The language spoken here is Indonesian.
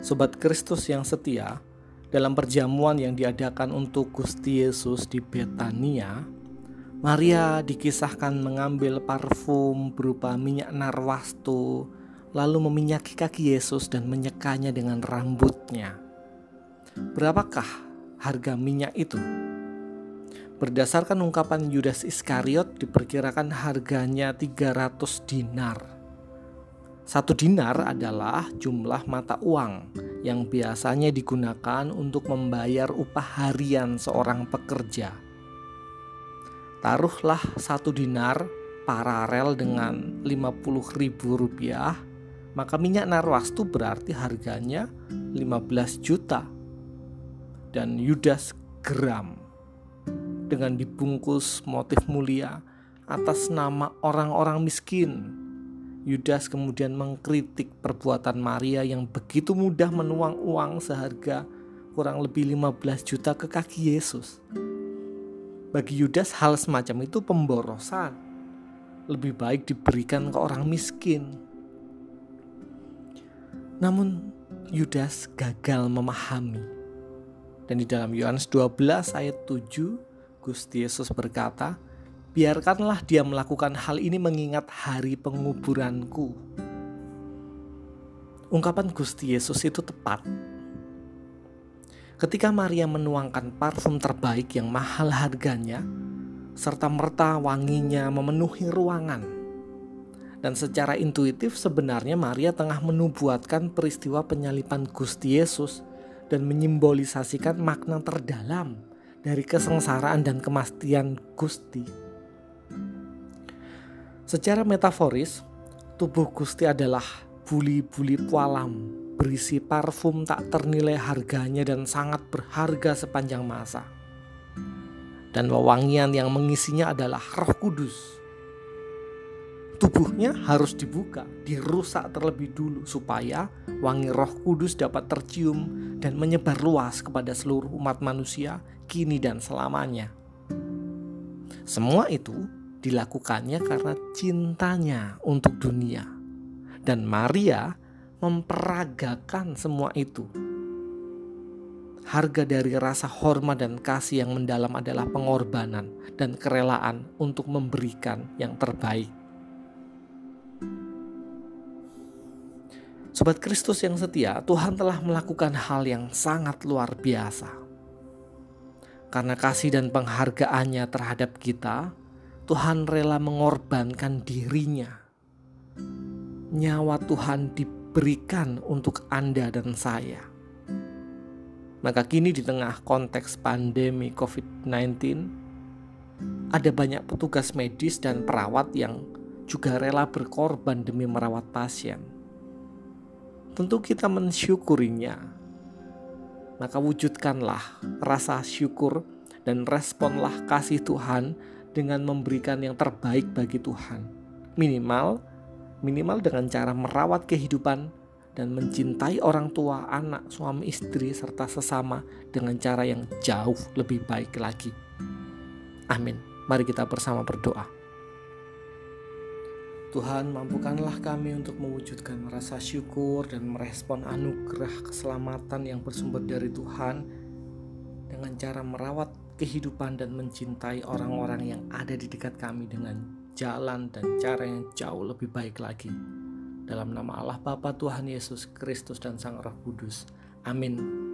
Sobat Kristus yang setia, dalam perjamuan yang diadakan untuk Gusti Yesus di Betania, Maria dikisahkan mengambil parfum berupa minyak narwastu, lalu meminyaki kaki Yesus dan menyekanya dengan rambutnya. Berapakah harga minyak itu? Berdasarkan ungkapan Yudas Iskariot, diperkirakan harganya 300 dinar. 1 dinar adalah jumlah mata uang yang biasanya digunakan untuk membayar upah harian seorang pekerja. Taruhlah 1 dinar paralel dengan 50.000 rupiah, maka minyak narwastu berarti harganya 15 juta. Dan Yudas geram dengan dibungkus motif mulia atas nama orang-orang miskin. Yudas kemudian mengkritik perbuatan Maria yang begitu mudah menuang uang seharga kurang lebih 15 juta ke kaki Yesus. Bagi Yudas hal semacam itu pemborosan. Lebih baik diberikan ke orang miskin. Namun Yudas gagal memahami. Dan di dalam Yohanes 12 ayat 7, Gusti Yesus berkata, "Biarkanlah dia melakukan hal ini mengingat hari penguburanku." Ungkapan Gusti Yesus itu tepat. Ketika Maria menuangkan parfum terbaik yang mahal harganya, serta merta wanginya memenuhi ruangan. Dan secara intuitif sebenarnya Maria tengah menubuatkan peristiwa penyaliban Gusti Yesus dan menyimbolisasikan makna terdalam dari kesengsaraan dan kematian Gusti. Secara metaforis, tubuh Gusti adalah buli-buli pualam berisi parfum tak ternilai harganya dan sangat berharga sepanjang masa. Dan wewangian yang mengisinya adalah Roh Kudus. Tubuhnya harus dibuka, dirusak terlebih dulu supaya wangi Roh Kudus dapat tercium dan menyebar luas kepada seluruh umat manusia kini dan selamanya. Semua itu dilakukannya karena cintanya untuk dunia. Dan Maria memperagakan semua itu. Harga dari rasa hormat dan kasih yang mendalam adalah pengorbanan dan kerelaan untuk memberikan yang terbaik. Sobat Kristus yang setia, Tuhan telah melakukan hal yang sangat luar biasa. Karena kasih dan penghargaannya terhadap kita, Tuhan rela mengorbankan dirinya. Nyawa Tuhan diberikan untuk Anda dan saya. Maka kini di tengah konteks pandemi COVID-19, ada banyak petugas medis dan perawat yang juga rela berkorban demi merawat pasien. Tentu kita mensyukurinya. Maka wujudkanlah rasa syukur dan responlah kasih Tuhan dengan memberikan yang terbaik bagi Tuhan. Minimal dengan cara merawat kehidupan dan mencintai orang tua, anak, suami, istri, serta sesama dengan cara yang jauh lebih baik lagi. Amin. Mari kita bersama berdoa. Tuhan, mampukanlah kami untuk mewujudkan rasa syukur dan merespon anugerah keselamatan yang bersumber dari Tuhan dengan cara merawat kehidupan dan mencintai orang-orang yang ada di dekat kami dengan jalan dan cara yang jauh lebih baik lagi. Dalam nama Allah Bapa, Tuhan Yesus Kristus dan Sang Roh Kudus. Amin.